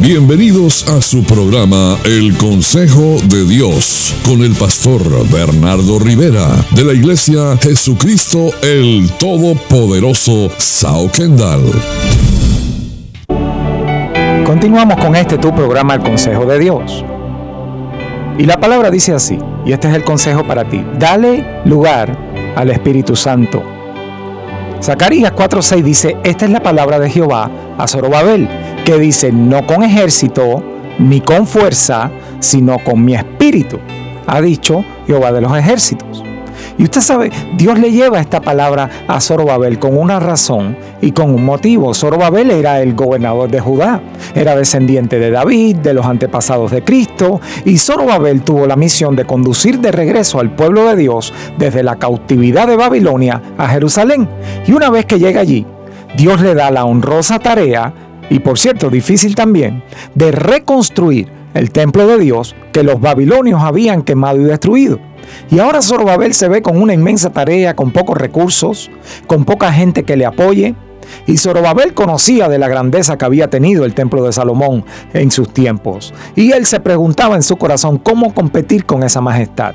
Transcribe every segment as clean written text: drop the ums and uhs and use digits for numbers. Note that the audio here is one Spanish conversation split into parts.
Bienvenidos a su programa El Consejo de Dios con el pastor Bernardo Rivera de la Iglesia Jesucristo el Todopoderoso Sao Kendall. Continuamos con tu programa El Consejo de Dios. Y la palabra dice así, y este es el consejo para ti: dale lugar al Espíritu Santo. Zacarías 4:6 dice: esta es la palabra de Jehová a Zorobabel, que dice: no con ejército ni con fuerza, sino con mi espíritu, ha dicho Jehová de los ejércitos. Y usted sabe, Dios le lleva esta palabra a Zorobabel con una razón y con un motivo. Zorobabel era el gobernador de Judá, era descendiente de David, de los antepasados de Cristo, y Zorobabel tuvo la misión de conducir de regreso al pueblo de Dios desde la cautividad de Babilonia a Jerusalén. Y una vez que llega allí, Dios le da la honrosa tarea, y por cierto difícil también, de reconstruir el templo de Dios que los babilonios habían quemado y destruido. Y ahora Zorobabel se ve con una inmensa tarea, con pocos recursos, con poca gente que le apoye. Y Zorobabel conocía de la grandeza que había tenido el templo de Salomón en sus tiempos. Y él se preguntaba en su corazón cómo competir con esa majestad.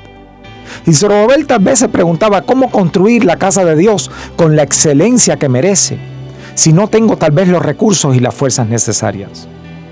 Y Zorobabel tal vez se preguntaba cómo construir la casa de Dios con la excelencia que merece, si no tengo tal vez los recursos y las fuerzas necesarias.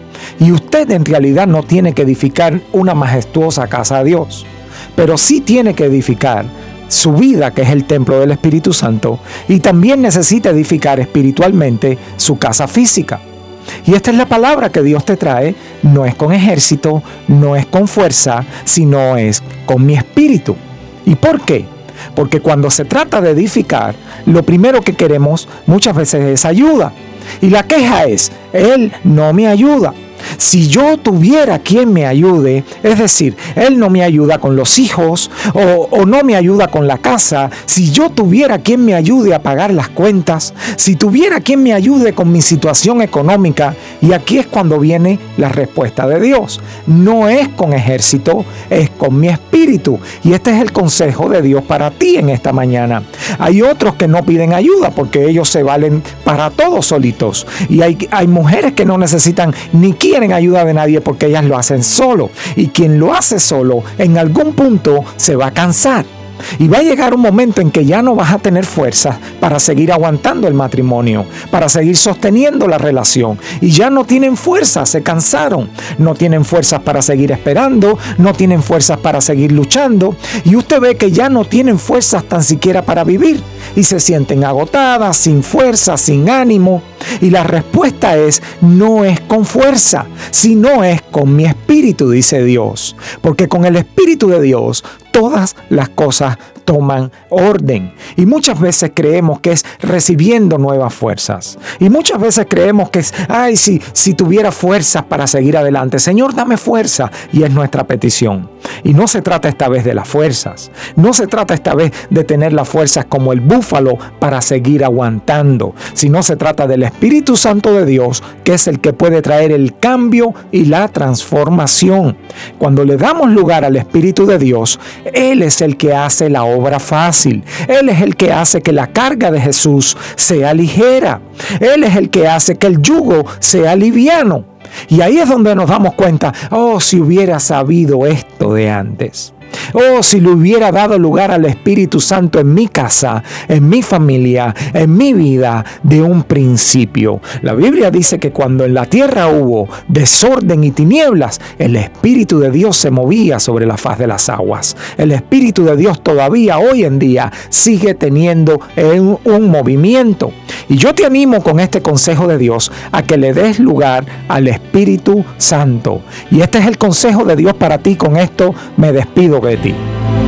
Y usted en realidad no tiene que edificar una majestuosa casa a Dios, pero sí tiene que edificar su vida, que es el templo del Espíritu Santo, y también necesita edificar espiritualmente su casa física. Y esta es la palabra que Dios te trae: no es con ejército, no es con fuerza, sino es con mi espíritu. ¿Y por qué? Porque cuando se trata de edificar, lo primero que queremos muchas veces es ayuda. Y la queja es: Él no me ayuda. Si yo tuviera quien me ayude, es decir, Él no me ayuda con los hijos o no me ayuda con la casa, si yo tuviera quien me ayude a pagar las cuentas, si tuviera quien me ayude con mi situación económica. Y aquí es cuando viene la respuesta de Dios: no es con ejército, es con mi espíritu. Y este es el consejo de Dios para ti en esta mañana. Hay otros que no piden ayuda porque ellos se valen para todos solitos. Y hay mujeres que no necesitan ni quieren ayuda de nadie porque ellas lo hacen solo. Y quien lo hace solo, en algún punto se va a cansar. Y va a llegar un momento en que ya no vas a tener fuerzas para seguir aguantando el matrimonio, para seguir sosteniendo la relación. Y ya no tienen fuerzas, se cansaron. No tienen fuerzas para seguir esperando, no tienen fuerzas para seguir luchando. Y usted ve que ya no tienen fuerzas tan siquiera para vivir. Y se sienten agotadas, sin fuerza, sin ánimo. Y la respuesta es: no es con fuerza, sino es con mi espíritu, dice Dios. Porque con el Espíritu de Dios todas las cosas toman orden. Y muchas veces creemos que es recibiendo nuevas fuerzas. Y muchas veces creemos que es: ay, si tuviera fuerzas para seguir adelante. Señor, dame fuerza. Y es nuestra petición. Y no se trata esta vez de las fuerzas. No se trata esta vez de tener las fuerzas como el búfalo para seguir aguantando. Sino se trata del Espíritu Santo de Dios, que es el que puede traer el cambio y la transformación. Cuando le damos lugar al Espíritu de Dios, Él es el que hace la obra fácil. Él es el que hace que la carga de Jesús sea ligera. Él es el que hace que el yugo sea liviano. Y ahí es donde nos damos cuenta: oh, si hubiera sabido esto de antes. Oh, si le hubiera dado lugar al Espíritu Santo en mi casa, en mi familia, en mi vida de un principio. La Biblia dice que cuando en la tierra hubo desorden y tinieblas, el Espíritu de Dios se movía sobre la faz de las aguas. El Espíritu de Dios todavía hoy en día sigue teniendo un movimiento. Y yo te animo con este consejo de Dios a que le des lugar al Espíritu Santo. Y este es el consejo de Dios para ti. Con esto me despido de ti.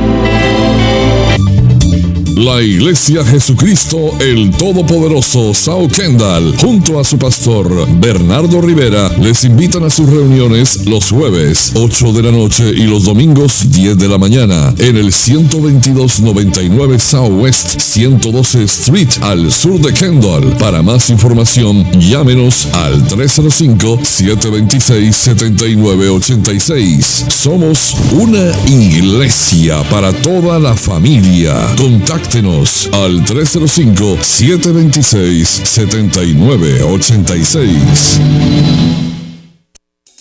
La Iglesia Jesucristo el Todopoderoso Sao Kendall, junto a su pastor Bernardo Rivera, les invitan a sus reuniones los jueves 8 de la noche y los domingos 10 de la mañana en el 12299 Southwest 112 Street al sur de Kendall. Para más información, llámenos al 305-726-7986. Somos una iglesia para toda la familia. Contáctenos al 305-726-7986.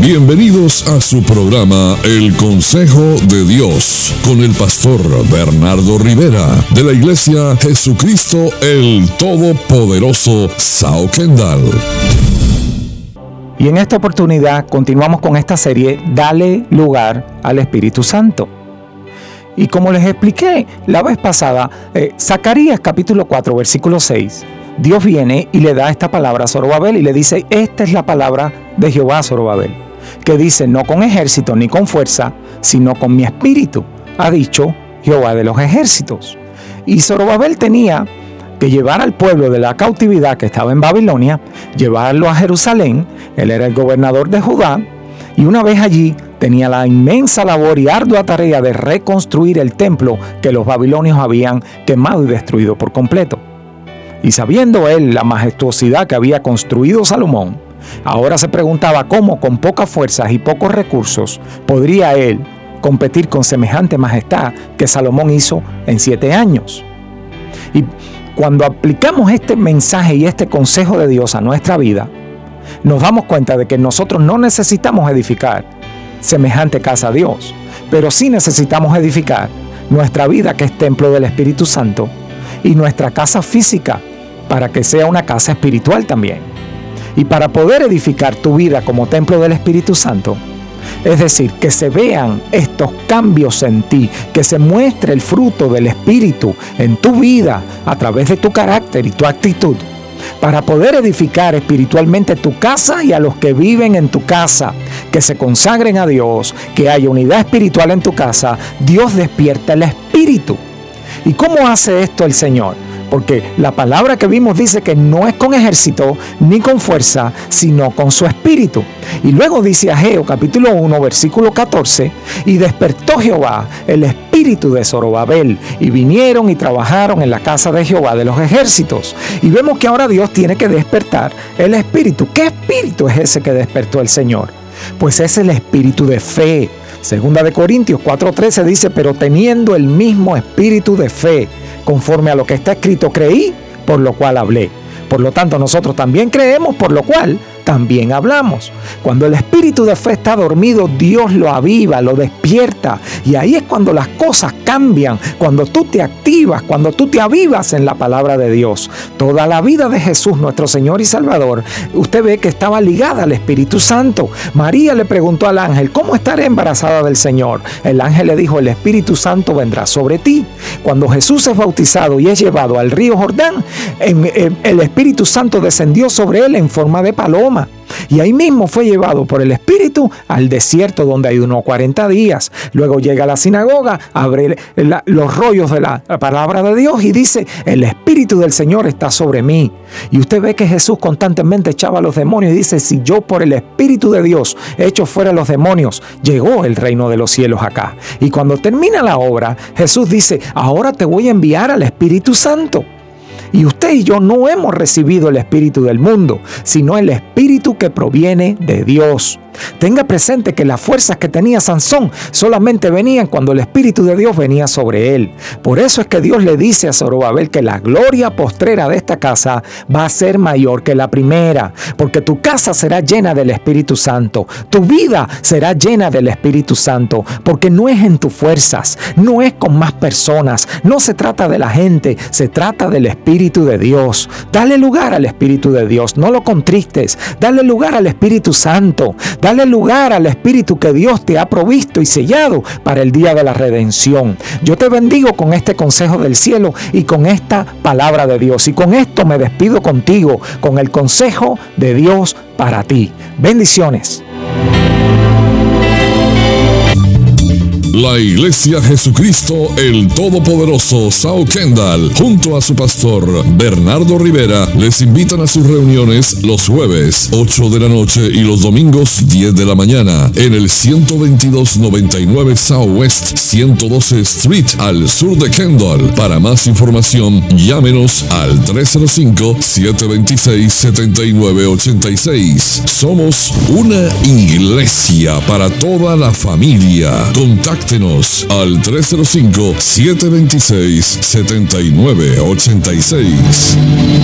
Bienvenidos a su programa El Consejo de Dios con el pastor Bernardo Rivera de la Iglesia Jesucristo el Todopoderoso Sao Kendall. Y en esta oportunidad continuamos con esta serie Dale lugar al Espíritu Santo. Y como les expliqué la vez pasada, Zacarías capítulo 4 versículo 6, Dios viene y le da esta palabra a Zorobabel y le dice: esta es la palabra de Jehová a Zorobabel, que dice: no con ejército ni con fuerza, sino con mi espíritu, ha dicho Jehová de los ejércitos. Y Zorobabel tenía que llevar al pueblo de la cautividad que estaba en Babilonia, llevarlo a Jerusalén. Él era el gobernador de Judá, y una vez allí tenía la inmensa labor y ardua tarea de reconstruir el templo que los babilonios habían quemado y destruido por completo. Y sabiendo él la majestuosidad que había construido Salomón, ahora se preguntaba cómo con pocas fuerzas y pocos recursos podría él competir con semejante majestad que Salomón hizo en 7 años. Y cuando aplicamos este mensaje y este consejo de Dios a nuestra vida, nos damos cuenta de que nosotros no necesitamos edificar semejante casa a Dios, pero sí necesitamos edificar nuestra vida, que es templo del Espíritu Santo, y nuestra casa física, para que sea una casa espiritual también. Y para poder edificar tu vida como templo del Espíritu Santo, es decir, que se vean estos cambios en ti, que se muestre el fruto del Espíritu en tu vida a través de tu carácter y tu actitud, para poder edificar espiritualmente tu casa y a los que viven en tu casa, que se consagren a Dios, que haya unidad espiritual en tu casa, Dios despierta el Espíritu. ¿Y cómo hace esto el Señor? Porque la palabra que vimos dice que no es con ejército ni con fuerza, sino con su espíritu. Y luego dice Ageo capítulo 1 versículo 14: y despertó Jehová el espíritu de Zorobabel, y vinieron y trabajaron en la casa de Jehová de los ejércitos. Y vemos que ahora Dios tiene que despertar el espíritu. ¿Qué espíritu es ese que despertó el Señor? Pues es el espíritu de fe. Segunda de Corintios 4:13 dice: pero teniendo el mismo espíritu de fe, conforme a lo que está escrito, creí, por lo cual hablé. Por lo tanto, nosotros también creemos, por lo cual también hablamos. Cuando el espíritu de fe está dormido, Dios lo aviva, lo despierta. Y ahí es cuando las cosas cambian, cuando tú te activas, cuando tú te avivas en la palabra de Dios. Toda la vida de Jesús, nuestro Señor y Salvador, usted ve que estaba ligada al Espíritu Santo. María le preguntó al ángel: ¿cómo estaré embarazada del Señor? El ángel le dijo: el Espíritu Santo vendrá sobre ti. Cuando Jesús es bautizado y es llevado al río Jordán, el Espíritu Santo descendió sobre él en forma de paloma. Y ahí mismo fue llevado por el Espíritu al desierto, donde ayunó 40 días. Luego llega a la sinagoga, abre los rollos de la palabra de Dios y dice: el Espíritu del Señor está sobre mí. Y usted ve que Jesús constantemente echaba a los demonios y dice: si yo por el Espíritu de Dios echo fuera los demonios, llegó el reino de los cielos acá. Y cuando termina la obra, Jesús dice: ahora te voy a enviar al Espíritu Santo. Y usted y yo no hemos recibido el espíritu del mundo, sino el espíritu que proviene de Dios. Tenga presente que las fuerzas que tenía Sansón solamente venían cuando el Espíritu de Dios venía sobre él. Por eso es que Dios le dice a Zorobabel que la gloria postrera de esta casa va a ser mayor que la primera, porque tu casa será llena del Espíritu Santo, tu vida será llena del Espíritu Santo, porque no es en tus fuerzas, no es con más personas, no se trata de la gente, se trata del Espíritu de Dios. Dale lugar al Espíritu de Dios, no lo contristes, dale lugar al Espíritu Santo. Dale lugar al Espíritu que Dios te ha provisto y sellado para el día de la redención. Yo te bendigo con este consejo del cielo y con esta palabra de Dios. Y con esto me despido contigo, con el consejo de Dios para ti. Bendiciones. La Iglesia Jesucristo el Todopoderoso Sao Kendall, junto a su pastor Bernardo Rivera, les invitan a sus reuniones los jueves 8 de la noche y los domingos 10 de la mañana en el 12299 Southwest 112 Street al sur de Kendall. Para más información, llámenos al 305-726-7986. Somos una iglesia para toda la familia. Contáctenos al 305-726-7986.